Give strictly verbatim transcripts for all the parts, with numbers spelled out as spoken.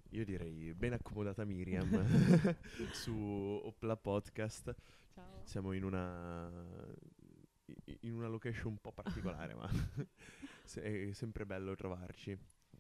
Io direi ben accomodata Miriam su Opla Podcast. Ciao. Siamo in una i- in una location un po' particolare, ma se- è sempre bello trovarci.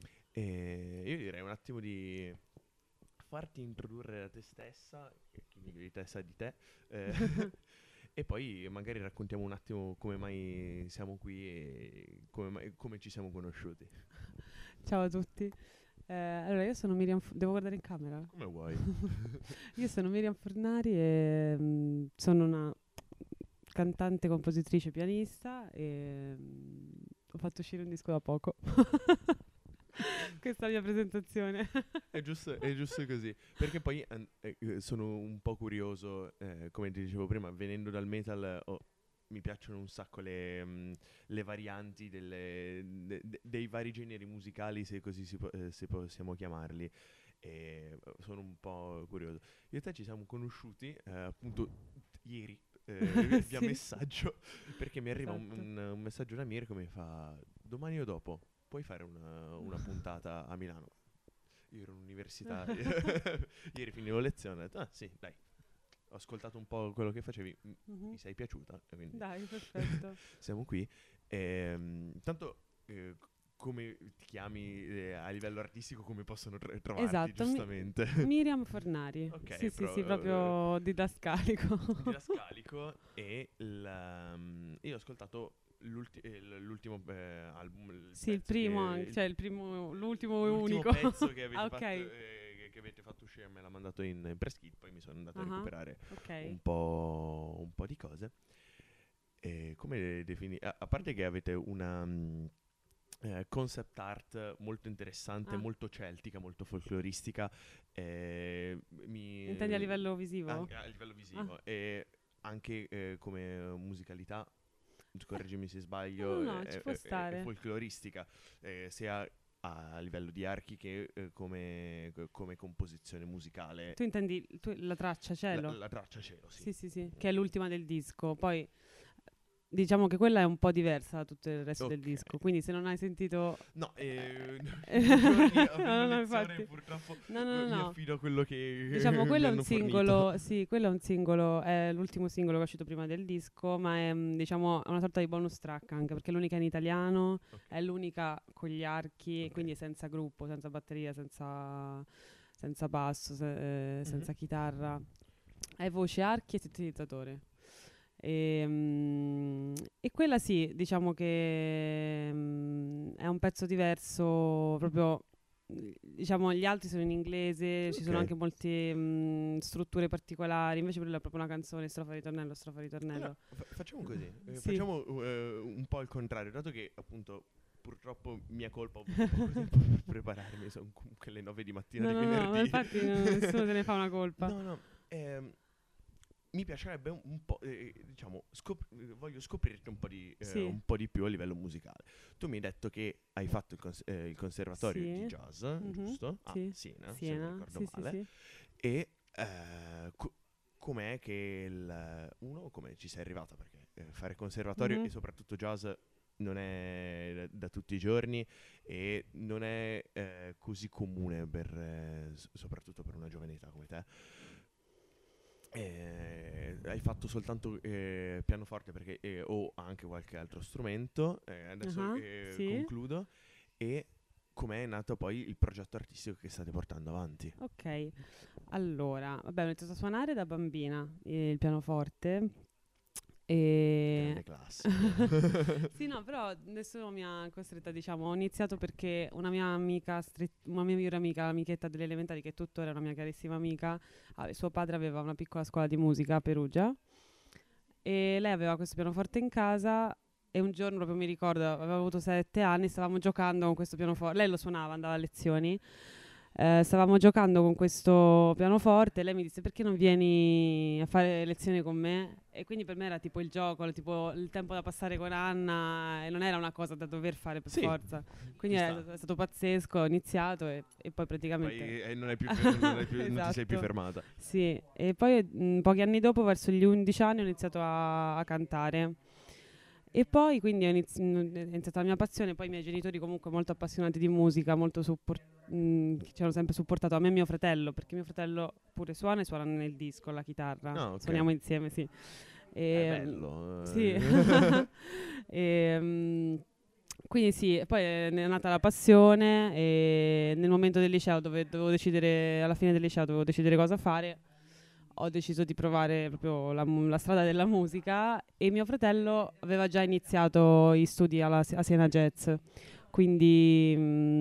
E io direi un attimo di farti introdurre da te stessa, e chi meglio di te sa di te, eh, e poi magari raccontiamo un attimo come mai siamo qui e come, mai- come ci siamo conosciuti. Ciao a tutti. Eh, allora, io sono Miriam. F- Devo guardare in camera? Come vuoi? Io sono Miriam Fornari e mm, sono una cantante, compositrice, pianista e mm, ho fatto uscire un disco da poco. Questa è la mia presentazione. È giusto, è giusto così, perché poi an- eh, eh, sono un po' curioso, eh, come ti dicevo prima, venendo dal metal, oh, mi piacciono un sacco le, mm, le varianti delle- de- de- dei vari generi musicali, se così si po- eh, se possiamo chiamarli, e eh, sono un po' curioso. Io e te ci siamo conosciuti eh, appunto ieri, eh, via Sì, messaggio, perché mi arriva un, esatto. un- un messaggio da Mirko che mi fa domani o dopo puoi fare una, una puntata a Milano? Io ero universitario, ieri finivo lezione, ho detto, ah sì, dai, ho ascoltato un po' quello che facevi, m- Mhm. mi sei piaciuta, e quindi Dai, perfetto. siamo qui. Ehm, tanto, eh, c- come ti chiami eh, a livello artistico, come possono tro- trovarti, Esatto, mi- giustamente? Miriam Fornari. Ok, Sì, sì, però sì, eh, proprio didascalico. didascalico e il, um, io ho ascoltato l'ulti- eh, l- l'ultimo eh, album, il Sì, il pezzo primo che, anche, il cioè il primo, l'ultimo e l'ultimo unico. pezzo che avete, Ah, fatto, ok. eh, che avete fatto uscire me l'ha mandato in, in press kit, poi mi sono andato a Ah, recuperare ok. un po', un po' di cose. E come defini... A, a parte che avete una mm, eh, concept art molto interessante, Ah, molto celtica, molto folcloristica, eh, intendi a mi, livello visivo? anche a livello Ah, visivo e anche eh, come musicalità, eh, correggimi se no, no, sbaglio, è, no, ci è- può è- è stare. folcloristica, eh, sia a livello di archi che eh, come, come composizione musicale. Tu intendi tu- la traccia La, cielo? la traccia cielo, sì. Sì, sì, sì, che è l'ultima del disco. Poi diciamo che quella è un po' diversa da tutto il resto del Ok. disco. Quindi se non hai sentito... No, eh, eh, nei giorni no, avendo no, lezione infatti. purtroppo No, no, eh, no, mi no. affido a quello che Diciamo, quello mi è un hanno fornito. singolo, sì, quello è un singolo, è l'ultimo singolo che è uscito prima del disco, ma è, mm, diciamo, una sorta di bonus track anche, perché è l'unica in italiano, Ok, è l'unica con gli archi, ok. quindi senza gruppo, senza batteria, senza, senza basso, se- eh, Mhm. senza chitarra. È voce, archi e sintetizzatore. E, mm, e quella sì, diciamo che mm, è un pezzo diverso, proprio mm, diciamo gli altri sono in inglese, ci sono Ok. anche molte mm, strutture particolari, invece quella è proprio una canzone, strofa ritornello, strofa Allora, ritornello. fa- facciamo così, eh, Sì. facciamo eh, un po' il contrario, dato che appunto purtroppo mia colpa ho avuto poco tempo per prepararmi, sono comunque le nove di mattina No, di no, no, ma venerdì. infatti no, nessuno se ne fa una colpa. No, no, ehm, mi piacerebbe un, un po', eh, diciamo, scop- eh, voglio scoprirti un po, di, eh, Sì, un po' di più a livello musicale. Tu mi hai detto che hai fatto il, cons- eh, il conservatorio di sì, jazz, mhm, giusto? A sì, Siena, se non Siena, ricordo sì, sì, male. sì. E eh, co- com'è che il, uno, come ci sei arrivata? Perché eh, fare conservatorio Mhm. e soprattutto jazz non è da, da tutti i giorni e non è eh, così comune per, eh, s- soprattutto per una giovane età come te. Eh, hai fatto soltanto eh, pianoforte perché, eh, o anche qualche altro strumento. Eh, adesso Ah, eh, sì. concludo. E com'è nato poi il progetto artistico che state portando avanti? Ok, allora, vabbè, ho iniziato a suonare da bambina eh, il pianoforte Grande e... classico. Sì, no, però nessuno mi ha costretta, diciamo, ho iniziato perché una mia amica, stret- una mia migliore amica, l'amichetta delle elementari, che tuttora è una mia carissima amica, ah, suo padre aveva una piccola scuola di musica a Perugia e lei aveva questo pianoforte in casa e un giorno proprio mi ricordo, avevo avuto sette anni, stavamo giocando con questo pianoforte, lei lo suonava, andava a lezioni, eh, stavamo giocando con questo pianoforte e lei mi disse perché non vieni a fare lezioni con me? E quindi per me era tipo il gioco, tipo il tempo da passare con Anna e non era una cosa da dover fare per Sì, forza. Quindi ci è, sta. è stato pazzesco, ho iniziato e, e poi praticamente... Poi eh, non, hai più fe- non, hai più- non ti sei più Esatto. fermata. Sì, e poi mh, pochi anni dopo, verso gli undici anni, ho iniziato a, a cantare. E poi quindi ho inizi- mh, è iniziata la mia passione, poi i miei genitori comunque molto appassionati di musica, molto support- mh, che ci hanno sempre supportato, a me e mio fratello, perché mio fratello pure suona e suona nel disco la chitarra. Ah, ok. Suoniamo insieme, sì. E, È bello. Sì. eh. E, mh, quindi sì, poi è è nata la passione e nel momento del liceo dove dovevo decidere, alla fine del liceo dovevo decidere cosa fare, ho deciso di provare proprio la, mu- la strada della musica e mio fratello aveva già iniziato gli studi alla, a Siena Jazz, quindi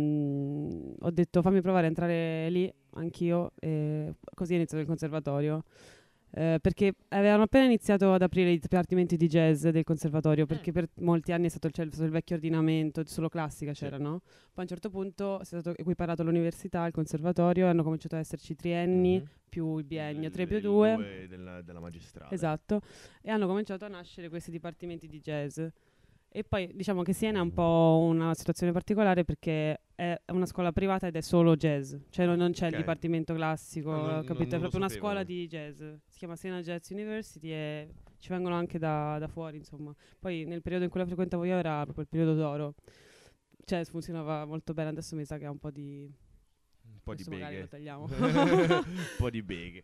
mh, ho detto fammi provare a entrare lì anch'io e così ho iniziato il conservatorio. Eh, perché avevano appena iniziato ad aprire i dipartimenti di jazz del conservatorio, perché per molti anni è stato il, c'è stato il vecchio ordinamento, solo classica Sì. c'era, no? Poi a un certo punto è stato equiparato all'università, al conservatorio, e hanno cominciato ad esserci trienni Mhm. più il biennio, Il- tre più il due. della, della magistrale. Esatto, e hanno cominciato a nascere questi dipartimenti di jazz. E poi diciamo che Siena è un po' una situazione particolare perché è una scuola privata ed è solo jazz, cioè non, non c'è Ok. il dipartimento classico, Ah, non- non- capito? non È lo proprio una sapevo. scuola di jazz, si chiama Siena Jazz University e ci vengono anche da, da fuori, insomma. Poi nel periodo in cui la frequentavo io era proprio il periodo d'oro, cioè funzionava molto bene, adesso mi sa che ha un po' di... Un po' di adesso magari beghe. lo tagliamo. Un po' di beghe.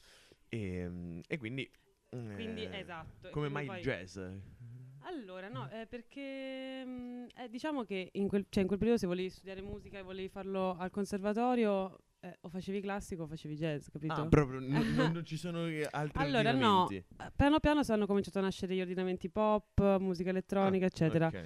E, e quindi... Quindi eh, esatto. e Come quindi mai il poi- jazz? Allora, no, eh, perché mh, eh, diciamo che in quel, cioè, in quel periodo se volevi studiare musica e volevi farlo al conservatorio, eh, o facevi classico o facevi jazz, capito? Ah, proprio non, non- non ci sono eh, altri Allora, no, ordinamenti. eh, piano piano hanno cominciato a nascere gli ordinamenti pop, musica elettronica, Ah, eccetera. ok.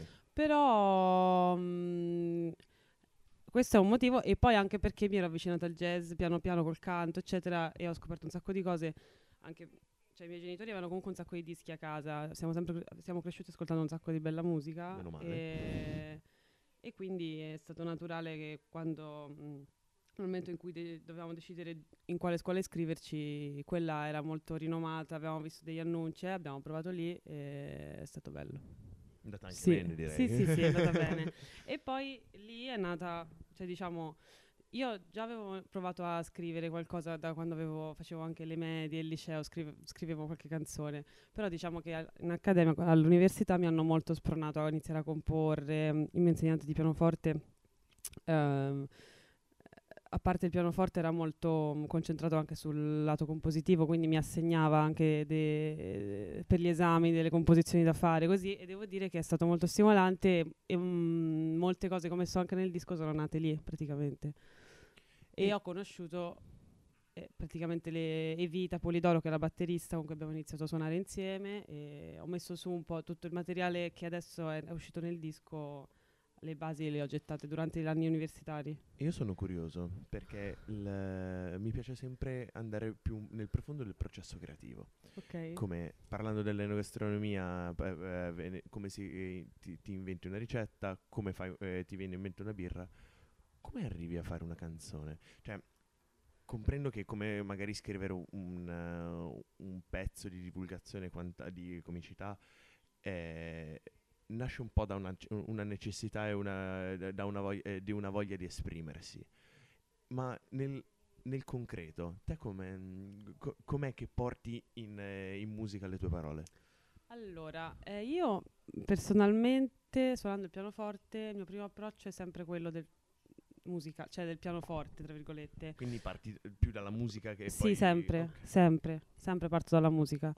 Però mh, questo è un motivo, e poi anche perché mi ero avvicinata al jazz piano piano col canto, eccetera, e ho scoperto un sacco di cose. Anche, cioè, i miei genitori avevano comunque un sacco di dischi a casa, siamo sempre siamo cresciuti ascoltando un sacco di bella musica. Meno male. E, e quindi è stato naturale che quando, mh, nel momento in cui de- dovevamo decidere in quale scuola iscriverci, quella era molto rinomata, avevamo visto degli annunci, eh, abbiamo provato lì e è stato bello. È andata anche Sì, bene, direi. sì, sì, sì, è andata bene. E poi lì è nata, cioè diciamo, io già avevo provato a scrivere qualcosa da quando avevo, facevo anche le medie, il liceo, scrive- scrivevo qualche canzone, però diciamo che al- in accademia, all'università mi hanno molto spronato a iniziare a comporre. mm, Il mio insegnante di pianoforte, ehm, a parte il pianoforte, era molto mm, concentrato anche sul lato compositivo, quindi mi assegnava anche de- per gli esami delle composizioni da fare, così, e devo dire che è stato molto stimolante e mm, molte cose, come so anche nel disco, sono nate lì praticamente. E E- ho conosciuto eh, praticamente le Evita Polidoro, che è la batterista con cui abbiamo iniziato a suonare insieme, e ho messo su un po' tutto il materiale che adesso è, è uscito nel disco. Le basi le ho gettate durante gli anni universitari. Io sono curioso perché il- mi piace sempre andare più nel profondo del processo creativo. Ok. Come parlando dell'enogastronomia, eh, eh, vene- come si, eh, ti, ti inventi una ricetta, come fai, eh, ti viene in mente una birra, come arrivi a fare una canzone? Cioè, comprendo che come magari scrivere un, un, eh, un pezzo di divulgazione quanta- di comicità eh, nasce un po' da una, una necessità e una, da una voglia, eh, di una voglia di esprimersi. Ma nel, nel concreto, te come, mh, co- com'è che porti in, eh, in musica le tue parole? Allora, eh, io personalmente, suonando il pianoforte, il mio primo approccio è sempre quello del musica, cioè del pianoforte, tra virgolette. Quindi parti eh, più dalla musica che Sì, poi... sempre, ok. sempre, sempre parto dalla musica.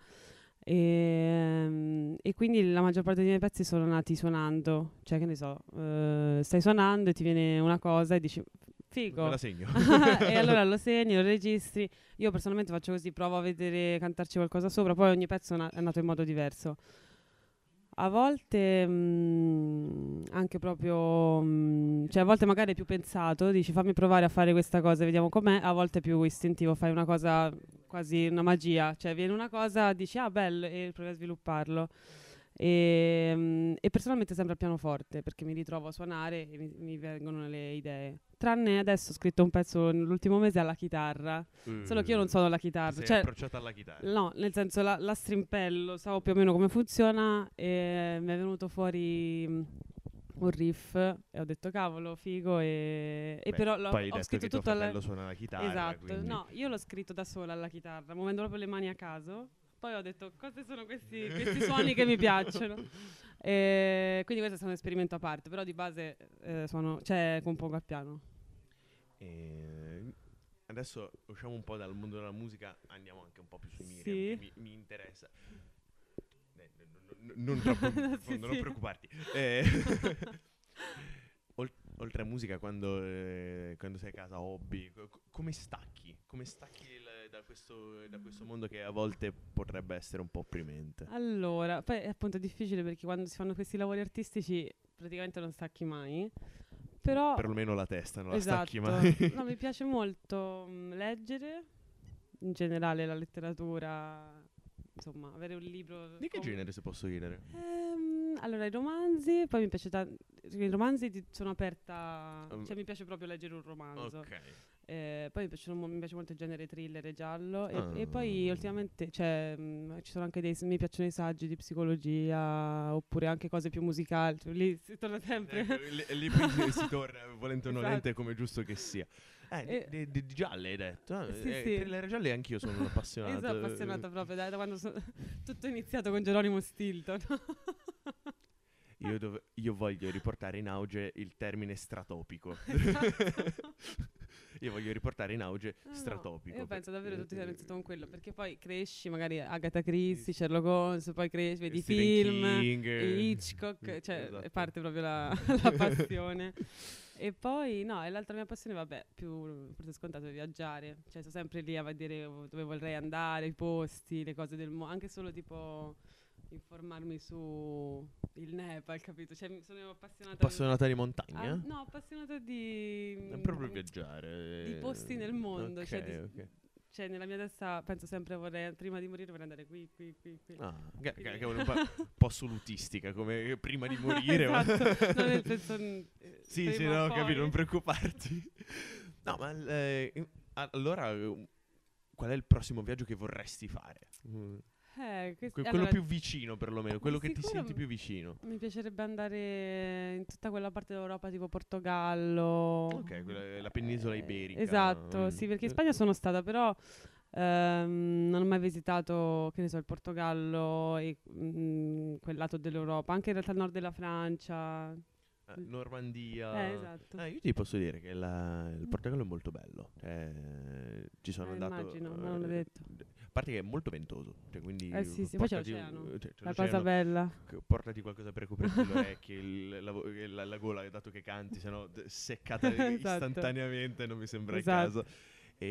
E, e quindi la maggior parte dei miei pezzi sono nati suonando, cioè che ne so, eh, stai suonando e ti viene una cosa e dici Me figo. la segno. E allora lo segni, lo registri. Io personalmente faccio così, provo a vedere, cantarci qualcosa sopra, poi ogni pezzo è na- è nato in modo diverso. A volte mm, anche proprio, mm, cioè a volte magari è più pensato, dici fammi provare a fare questa cosa, vediamo com'è, a volte è più istintivo, fai una cosa quasi una magia, cioè viene una cosa, dici ah bello e provi a svilupparlo. E, mm, e personalmente sempre al pianoforte perché mi ritrovo a suonare e mi, mi vengono le idee. Tranne adesso ho scritto un pezzo nell'ultimo mese alla chitarra, solo che io non suono la Ti chitarra, sei cioè approcciata alla chitarra. no, nel senso la, la strimpello, so più o meno come funziona e mi è venuto fuori mm, un riff e ho detto cavolo, figo e, e Beh, però l'ho, poi hai ho detto scritto che tuo tutto alla... fratello suona la chitarra. Esatto, quindi- no, io l'ho scritto da sola alla chitarra, muovendo proprio le mani a caso. Poi ho detto cosa sono questi, questi suoni che mi piacciono. E quindi questo è stato un esperimento a parte, però di base eh, suono, cioè compongo a piano. E adesso usciamo un po' dal mondo della musica, andiamo anche un po' più su Miriam, Sì. che mi, mi interessa. Eh, n- n- non troppo in Sì, fondo, non sì. preoccuparti. Eh, ol- oltre a musica, quando, eh, quando sei a casa, hobby, co- co- come stacchi? Come stacchi il- da, questo, da questo mondo che a volte potrebbe essere un po' opprimente? Allora, poi è appunto difficile perché quando si fanno questi lavori artistici praticamente non stacchi mai. Però Perlomeno la testa non la esatto. stacchi mai. No, mi piace molto mh, leggere, in generale la letteratura, insomma, avere un libro. Di che com- genere, se posso chiedere? Ehm, allora, i romanzi, poi mi piace tanto. I romanzi ti- sono aperta, Um, cioè mi piace proprio leggere un romanzo. Ok. Eh, poi mi, piacciono mo- mi piace molto il genere thriller e giallo. E, Ah. e poi ultimamente cioè, mh, ci sono anche dei. Mi piacciono i saggi di psicologia, oppure anche cose più musicali. Cioè, lì si torna sempre. Ecco, lì, lì poi si torna, volente o Esatto. nolente, come giusto che sia. Eh, di, E- di- di- di gialle hai detto? Ah, Sì, eh, sì. thriller gialli anch'io sono un appassionato. Io sono appassionata proprio da, da quando so- tutto è iniziato con Geronimo Stilton. Io, dov- io voglio riportare in auge il termine stratopico. Esatto. Io voglio riportare in auge Ah, no, stratopico. io penso davvero Eh, tutti siano eh, iniziato con quello, perché poi cresci, magari Agatha Christie, Sherlock Holmes, poi cresci, vedi i Stephen film, King, eh, Hitchcock, eh, cioè esatto. parte proprio la, la passione. E poi, no, e l'altra mia passione, vabbè, più forse scontato è viaggiare. Cioè, sto sempre lì a vedere dove vorrei andare, i posti, le cose del mondo, anche solo tipo informarmi su il Nepal, capito? Cioè, mi- sono appassionata Appassionata di Ah, montagna? no, appassionata di È proprio viaggiare. di posti nel mondo, Ok, cioè, di- ok. cioè nella mia testa penso sempre vorrei prima di morire vorrei andare qui, qui, qui, qui. Ah, che, che, Quindi- che è un po', un po' assolutistica, come prima di morire. ma- Esatto, no, nel senso, mm, eh, Sì, sì, prima no, o ho capito, poi. non preoccuparti. No, ma eh, in- a- allora, eh, qual è il prossimo viaggio che vorresti fare? Mm. Eh, quest- Que- quello allora, più vicino, perlomeno, di quello che ti sicuro senti più vicino. mi piacerebbe andare in tutta quella parte d'Europa tipo Portogallo. Ok, quella è la penisola Eh, iberica. Esatto, Mm. sì, perché in Spagna sono stata, però ehm, non ho mai visitato, che ne so, il Portogallo e mm, quel lato dell'Europa, anche in realtà il nord della Francia. Eh, Normandia. Eh, esatto. Eh, io ti posso dire che la- il Portogallo è molto bello. Eh, ci sono Eh, andato. immagino, me l'hanno eh, detto. A parte che è molto ventoso. Cioè, quindi Eh sì, sì, poi c'è portati, l'oceano, cioè, c'è La l'oceano, cosa bella. c- portati qualcosa per coprirti le orecchie, il- la, vo- la- la gola, dato che canti, sennò d- seccata Esatto. istantaneamente non mi sembra Esatto. il caso.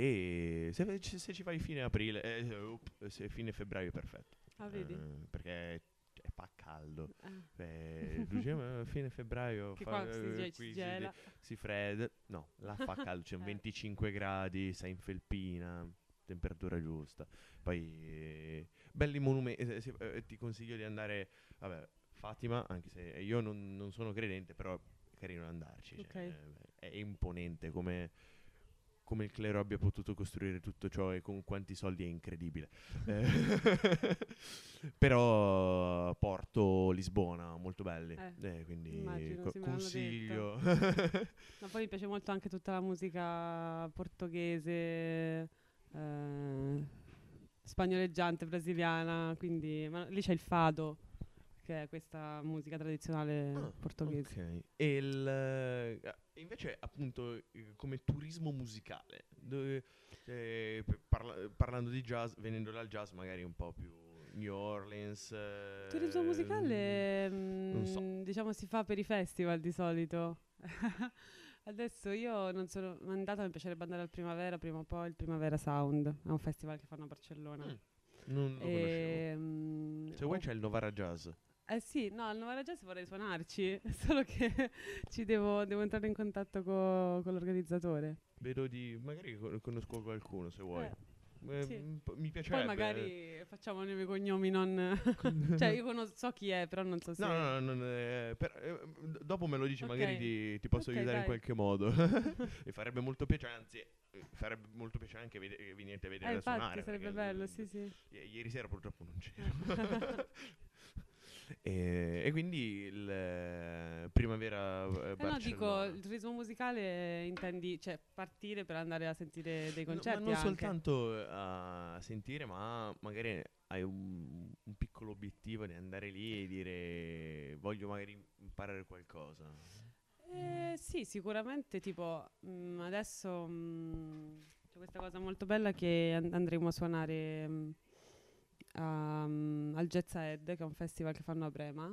E se, ci- se ci fai fine aprile, eh, up, se fine febbraio è perfetto. Ah, vedi? Eh, perché cioè, fa caldo. Eh. Eh, diciamo, fine febbraio Che fa, qua si, eh, ge- qui si si- gela. si fredda. No, là fa caldo, c'è Eh. venticinque gradi, sei in felpina, temperatura giusta. Poi eh, belli monumenti, eh, sì, eh, ti consiglio di andare, vabbè, Fatima, anche se io non, non sono credente, però è carino andarci. Cioè, Ok. eh, è imponente come, come il clero abbia potuto costruire tutto ciò e con quanti soldi è incredibile. Eh, però Porto, Lisbona, molto belli. Eh, Eh, quindi immagino, co- sì, me l'hanno consiglio. Ma poi mi piace molto anche tutta la musica portoghese, eh, spagnoleggiante, brasiliana, quindi ma lì c'è il fado, che è questa musica tradizionale Ah, portoghese. ok. E il, eh, invece, appunto, eh, come turismo musicale, dove, eh, p- parla- parlando di jazz, venendo dal jazz, magari un po' più New Orleans. eh, Turismo musicale, non so. mm, diciamo, si fa per i festival di solito. Adesso io non sono mai andata, mi piacerebbe andare al Primavera, prima o poi il Primavera Sound, è un festival che fanno a Barcellona. Mm, non lo conoscevo. Ehm, Se vuoi oh, c'è il Novara Jazz. eh sì, no, al Novara Jazz vorrei suonarci, solo che ci devo, devo entrare in contatto co- con l'organizzatore. Vedo di... magari con- conosco qualcuno, se vuoi. Eh, Eh, sì. m- p- mi piacerebbe. Poi magari facciamo nomi e cognomi, non... cioè io conos- so chi è, però non so se... No, no, no, non è- per- eh, d- dopo me lo dici, Ok. magari ti, ti posso Ok, aiutare in dai. qualche modo. E farebbe molto piacere, anzi, eh, farebbe molto piacere anche vede- che venite a vedere Eh, da infatti suonare. sarebbe perché, bello, mm, sì, sì. i- Ieri sera purtroppo non c'ero. e, e quindi il eh, Primavera eh, Eh no, dico, Barcellona. il turismo musicale intendi, cioè partire per andare a sentire dei No, concerti ma non anche. soltanto eh, a sentire, ma magari hai un, un piccolo obiettivo di andare lì e dire voglio magari imparare qualcosa. Eh, sì, sicuramente tipo mh, adesso mh, c'è questa cosa molto bella che an- andremo a suonare mh, a- mh, al Jazz Ahead, che è un festival che fanno a Brema.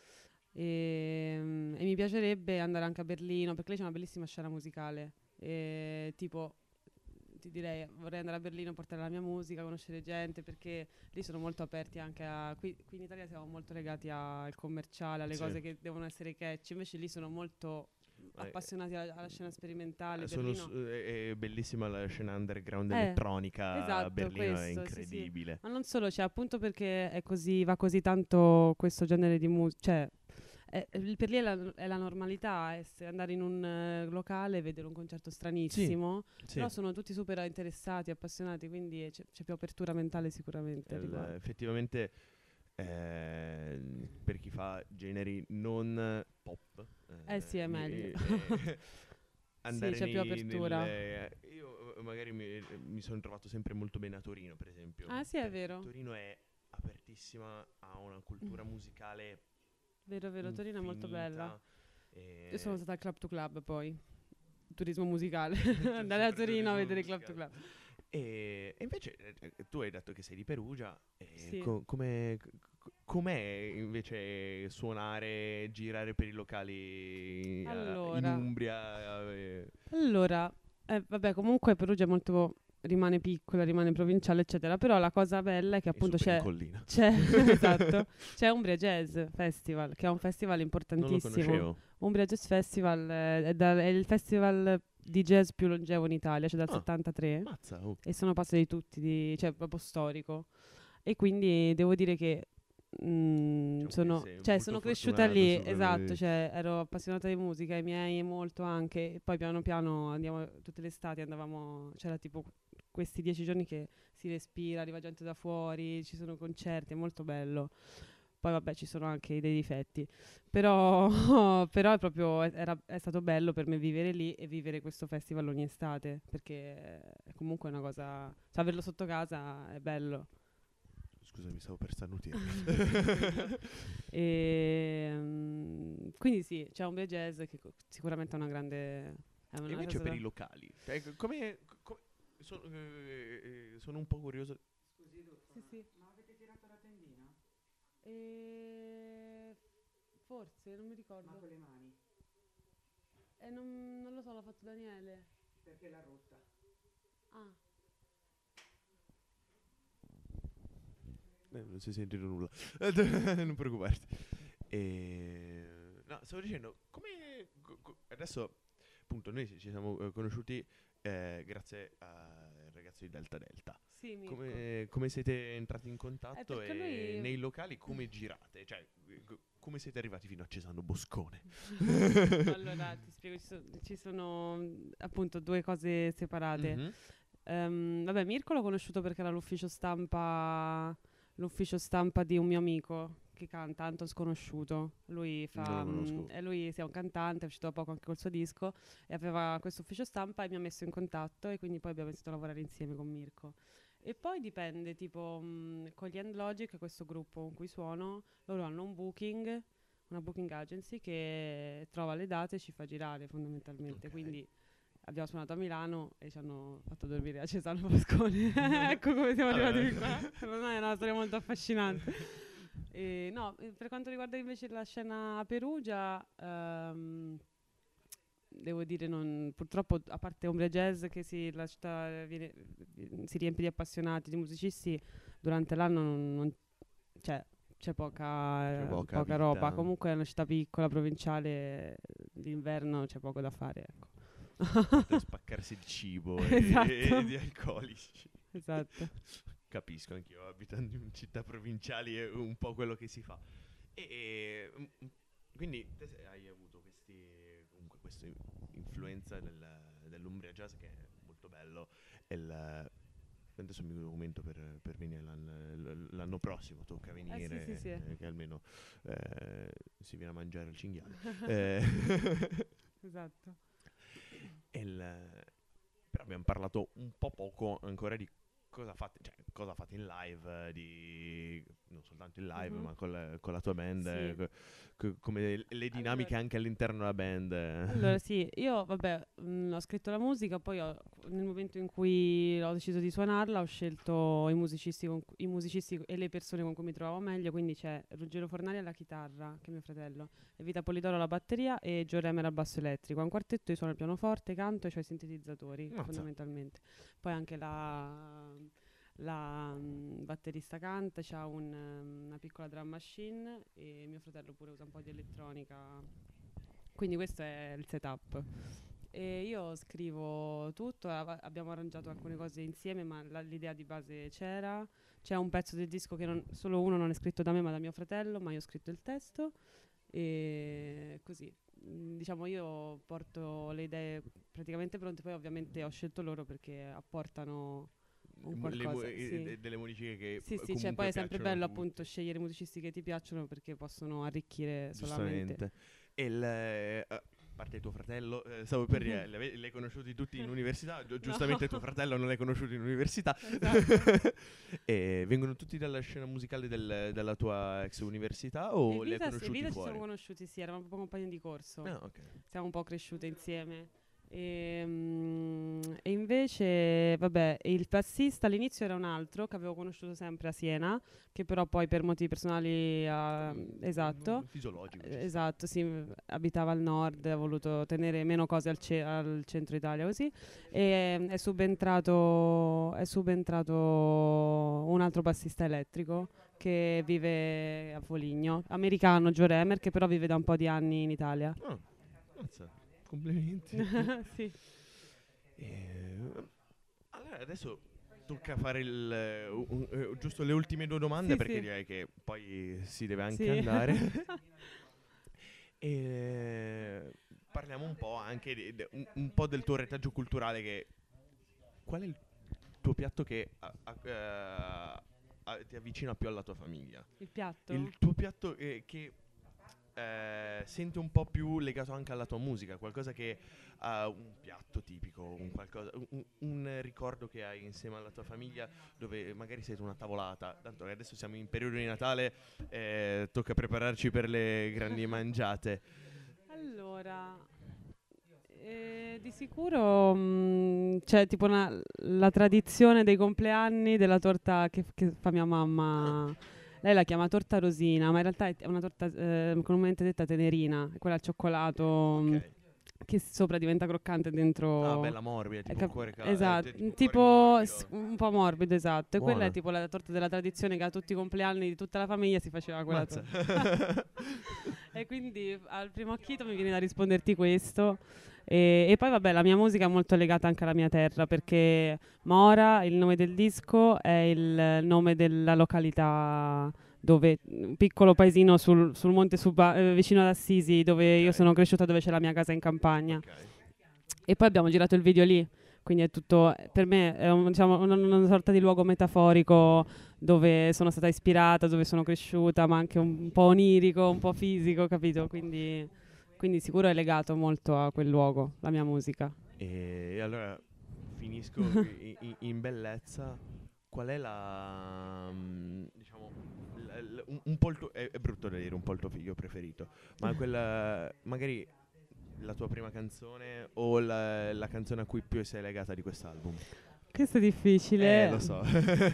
E, mh, e mi piacerebbe andare anche a Berlino perché lì c'è una bellissima scena musicale. E, tipo, ti direi, vorrei andare a Berlino, portare la mia musica, conoscere gente perché lì sono molto aperti anche a. Qui, qui in Italia siamo molto legati al commerciale, alle Sì. cose che devono essere catchy, invece lì sono molto Eh, appassionati alla, alla scena sperimentale. sono Berlino. s- è, è bellissima la scena underground Eh, elettronica a esatto, Berlino, è questo, sì, sì. incredibile. Ma non solo, cioè, appunto perché è così, va così tanto questo genere di musica, cioè, è- è- per lì è la, è la normalità essere, andare in un eh, locale e vedere un concerto Sì, stranissimo, sì. però sono tutti super interessati, appassionati, quindi c'è, c'è più apertura mentale sicuramente al Il- riguardo. effettivamente eh, per chi fa generi non pop, Eh sì, è mi- meglio. eh, Sì, andare c'è più nei, apertura. nelle- io eh, magari mi, mi sono trovato sempre molto bene a Torino, per esempio. Ah sì, è perché vero. Torino è apertissima, ha una cultura musicale Vero, vero, Torino è molto bella. infinita. Io sono e- stata al Club to Club poi, turismo musicale, Sempre andare a Torino a turismo vedere il Club to musicale. Club. E, e invece eh, eh, tu hai detto che sei di Perugia, e Sì. co- come, co- com'è invece suonare, girare per i locali eh, in Allora. Umbria? eh, Allora, eh, vabbè, comunque Perugia è molto rimane piccola, rimane provinciale, eccetera. Però la cosa bella è che e appunto super in c'è, collina? c'è, esatto, c'è Umbria Jazz Festival, che è un festival Non lo importantissimo. conoscevo. Umbria Jazz Festival eh, è, da- è il festival di jazz più longevo in Italia, cioè dal Ah, settantatré, mazza, oh. e sono passati tutti, di, cioè proprio storico. E quindi devo dire che mm, Diciamo che sono, sei cioè, molto sono cresciuta fortunato lì, su quello esatto, di- cioè ero appassionata di musica, i miei molto anche, e poi piano piano andiamo tutte le estati, andavamo, c'era tipo questi dieci giorni che si respira, arriva gente da fuori, ci sono concerti, è molto bello. Poi vabbè ci sono anche dei difetti, però, però è proprio, era, è stato bello per me vivere lì e vivere questo festival ogni estate, perché è comunque una cosa, cioè averlo sotto casa è bello. Scusami, stavo per starnutire. E, mm, quindi sì, c'è Umbria Jazz che co- sicuramente è una grande. È E una invece cosa per da- i locali, cioè, co- come, co- so- eh, eh, sono un po' curioso. Sì, sì. Ma avete tirato la tendina? E... Forse, non mi ricordo. Ma con le mani? Eh, non, non lo so, l'ha fatto Daniele. Perché l'ha rotta? Ah, Eh, non si è sentito nulla. Non preoccuparti. E... No, stavo dicendo, come... co- co- adesso, appunto, noi ci siamo eh, conosciuti eh, grazie al ragazzo di Delta Delta. sì, Mirko. Come, come siete entrati in contatto perché e lui- nei locali come girate? Cioè, co- come siete arrivati fino a Cesano Boscone? Allora, ti spiego, ci, so- ci sono mm, appunto due cose separate. Mhm. Ehm, vabbè, Mirko l'ho conosciuto perché era l'ufficio stampa, l'ufficio stampa di un mio amico che canta, Anton Sconosciuto. Lui fa, Non lo conosco. mm, e lui sì, è un cantante, è uscito da poco anche col suo disco e aveva questo ufficio stampa e mi ha messo in contatto e quindi poi abbiamo iniziato a lavorare insieme con Mirko. E poi dipende, tipo mm, con gli End Logic, questo gruppo con cui suono, loro hanno un booking, una booking agency che trova le date e ci fa girare fondamentalmente. Ok. Quindi abbiamo suonato a Milano e ci hanno fatto dormire a Cesano Boscone. Ecco come siamo arrivati Vabbè. qui qua. Per me è una storia molto affascinante. E no, eh, per quanto riguarda invece la scena a Perugia, ehm, devo dire, non, purtroppo, a parte Umbria Jazz, che si, la città viene- si riempie di appassionati, di musicisti, durante l'anno non, non- cioè, c'è poca, C'è eh, poca poca vita. roba. Comunque è una città piccola, provinciale, d'inverno c'è poco da fare, ecco. Per spaccarsi di cibo e- Esatto. e di alcolici. Esatto. Capisco, anch'io abitando in città provinciali è un po' quello che si fa. E, e, mm, mm, quindi te se- hai avuto questi, comunque questa in- influenza del- dell'Umbria Jazz che è molto bello. E il- adesso mi documento per, per venire l'anno, l'anno prossimo, tocca venire, sì, sì. eh, che almeno eh, si viene a mangiare il cinghiale. Eh, Esatto. e il- però abbiamo parlato un po' poco ancora di cosa fate, cioè, cosa fate in live, eh, di, non soltanto in live, Mhm. ma con la, con la tua band, Sì. eh, co- co- come le dinamiche Allora- anche all'interno della band. eh. Allora sì, io vabbè, mh, ho scritto la musica, poi ho- nel momento in cui ho deciso di suonarla ho scelto i musicisti, con cu- i musicisti e le persone con cui mi trovavo meglio, quindi c'è Ruggero Fornari alla chitarra, che è mio fratello, e Vita Polidoro alla batteria e Gio Remer al basso elettrico. A un quartetto io suono il pianoforte, canto e ho i sintetizzatori Mazza. fondamentalmente. Poi anche la, la mm, batterista canta, c'ha un, um, una piccola drum machine e mio fratello pure usa un po' di elettronica. Quindi questo è il setup. E io scrivo tutto, ava- abbiamo arrangiato alcune cose insieme, ma la- l'idea di base c'era. C'è un pezzo del disco che non- solo uno non è scritto da me, ma da mio fratello, ma io ho scritto il testo. E così, Mm, diciamo, io porto le idee praticamente pronte, poi ovviamente ho scelto loro perché apportano un Mu- le mu- qualcosa. eh, Sì. de- delle musiche che Sì, eh, sì, cioè comunque poi è sempre piacciono bello a tutti. appunto scegliere musicisti che ti piacciono perché possono arricchire solamente. Giustamente. E il, eh, a parte tuo fratello, eh, stavo per dire, Mhm. li ave- li hai conosciuti tutti in università, gi- giustamente tuo fratello non l'hai conosciuto in università. Esatto. E vengono tutti dalla scena musicale del- della tua ex università o E li hai Vita, sì, conosciuti Vita ci fuori? siamo conosciuti, sì, eravamo proprio compagni di corso. Ah, ok. Siamo un po' cresciute insieme. E, mm, e invece, vabbè, il bassista all'inizio era un altro che avevo conosciuto sempre a Siena, che però poi per motivi personali ha, Mm, esatto, mm, Fisiologico. ci eh, sta. esatto, sì, m- abitava al nord, ha voluto tenere meno cose al, ce- al centro Italia così. E mm, è subentrato, è subentrato un altro bassista elettrico che vive a Foligno, americano, Gio Remer, che però vive da un po' di anni in Italia. Ah, mazza, complimenti. Sì. Eh, allora adesso tocca fare il, eh, un- eh, giusto le ultime due domande Sì, perché sì. direi che poi si deve anche Sì. andare. E parliamo un po' anche di- de- un, un po' del tuo retaggio culturale. Che qual è il tuo piatto che a- a- eh, a- ti avvicina più alla tua famiglia? Il piatto? Il tuo piatto eh, che eh, senti un po' più legato anche alla tua musica, qualcosa che ha un piatto tipico, un, qualcosa, un, un ricordo che hai insieme alla tua famiglia, dove magari siete una tavolata, tanto che adesso siamo in periodo di Natale, eh, tocca prepararci per le grandi mangiate. Allora, eh, di sicuro mm, c'è tipo una- la tradizione dei compleanni della torta che, che fa mia mamma. Lei la chiama torta rosina, ma in realtà è una torta eh, comunemente detta tenerina, è quella al cioccolato mm, Ok. che sopra diventa croccante dentro. Ah, bella morbida, È tipo cap- cuore ca- esatto, eh, tipo, tipo cuore s- morbido. un po' morbido, esatto. E quella Buona. è tipo la torta della tradizione che a tutti i compleanni di tutta la famiglia si faceva quella Mazza. torta. E quindi al primo acchito mi viene da risponderti questo. E, e poi vabbè, la mia musica è molto legata anche alla mia terra perché Mora, il nome del disco, è il nome della località dove un piccolo paesino sul, sul monte Suba, eh, vicino ad Assisi, dove io Ok. sono cresciuta, dove c'è la mia casa in campagna. Ok. E poi abbiamo girato il video lì, quindi è tutto, per me è un- diciamo, una, una sorta di luogo metaforico dove sono stata ispirata, dove sono cresciuta, ma anche un po' onirico, un po' fisico, capito? Quindi, quindi sicuro è legato molto a quel luogo, la mia musica. E allora finisco i- i- in bellezza. Qual è la mm, diciamo l- l- un, un po' il tuo, è, è brutto da dire un po' il tuo figlio preferito, ma quella magari la tua prima canzone o la, la canzone a cui più sei legata di quest'album? Questo è difficile. Eh, lo so.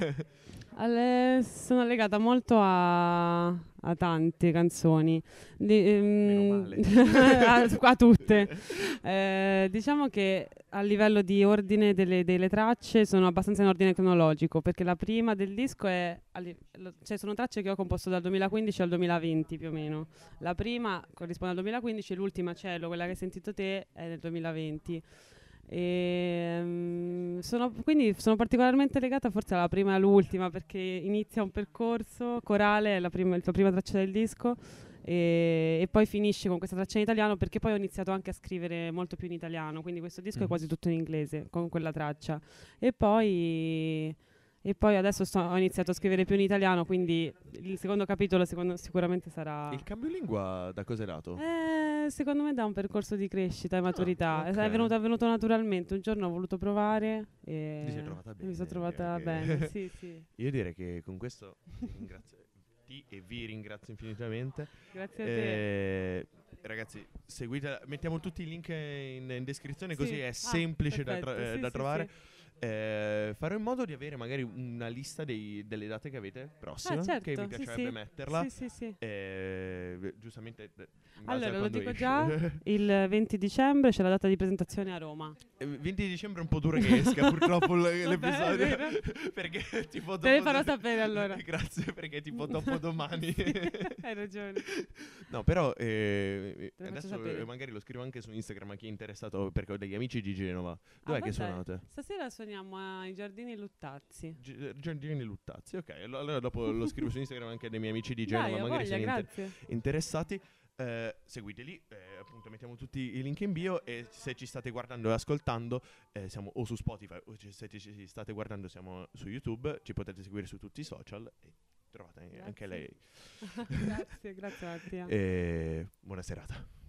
Alle- sono legata molto a, a tante canzoni. Di- Meno ehm, male. a, a tutte. Eh, diciamo che a livello di ordine delle, delle tracce sono abbastanza in ordine cronologico, perché la prima del disco è, alli- lo- cioè sono tracce che ho composto dal duemilaquindici al duemilaventi più o meno. La prima corrisponde al duemilaquindici, l'ultima Cielo, quella che hai sentito te, è del duemilaventi. E, mm, sono, quindi sono particolarmente legata forse alla prima e all'ultima perché inizia un percorso corale, è la prima, la prima traccia del disco e, e poi finisce con questa traccia in italiano perché poi ho iniziato anche a scrivere molto più in italiano, quindi questo disco Mm. è quasi tutto in inglese con quella traccia e poi, e poi adesso sto- ho iniziato a scrivere più in italiano, quindi il secondo capitolo secondo, sicuramente sarà... Il cambio lingua da cosa è dato? Eh, Eh, secondo me da un percorso di crescita e maturità. Ah, ok. È venuto, è venuto naturalmente. Un giorno ho voluto provare e Ti sei trovata e mi sono bene, trovata direi che- bene. Sì, sì. Io direi che con questo ti ringrazio ti e vi ringrazio infinitamente. Grazie a te. Eh, ragazzi, seguite, mettiamo tutti i link in, in descrizione, Sì. così è Ah, semplice da, tra- perfetto, eh, sì, da sì, trovare. sì. Eh, farò in modo di avere magari una lista dei- delle date che avete prossime, Ah, certo, che mi sì, piacerebbe sì. metterla. Sì, sì, sì. Eh, giustamente, d- in base a Allora, lo quando dico esce. già, il venti dicembre c'è la data di presentazione a Roma. Eh, venti dicembre è un po' duro che esca purtroppo l- Vabbè, l'episodio, è vero. perché tipo Te ne dopo- farò sapere allora. Grazie, perché tipo dopo domani. Hai ragione. No, però eh, Te lo faccio adesso sapere. eh, magari lo scrivo anche su Instagram a chi è interessato, perché ho degli amici di Genova. Dov'è Ah, che vabbè. suonate? Stasera suoniamo ai Giardini Luttazzi. Gi- Giardini Luttazzi, ok. allo- Allora dopo lo scrivo su Instagram anche dei miei amici di Genova, Dai, a magari voglia, sono inter- grazie. interessati. Eh, seguiteli, eh, appunto mettiamo tutti i link in bio e se ci state guardando e ascoltando eh, siamo o su Spotify o ci- se ci ci state guardando siamo su YouTube, ci potete seguire su tutti i social e trovate anche Grazie. lei. grazie, grazie Mattia. E buona serata.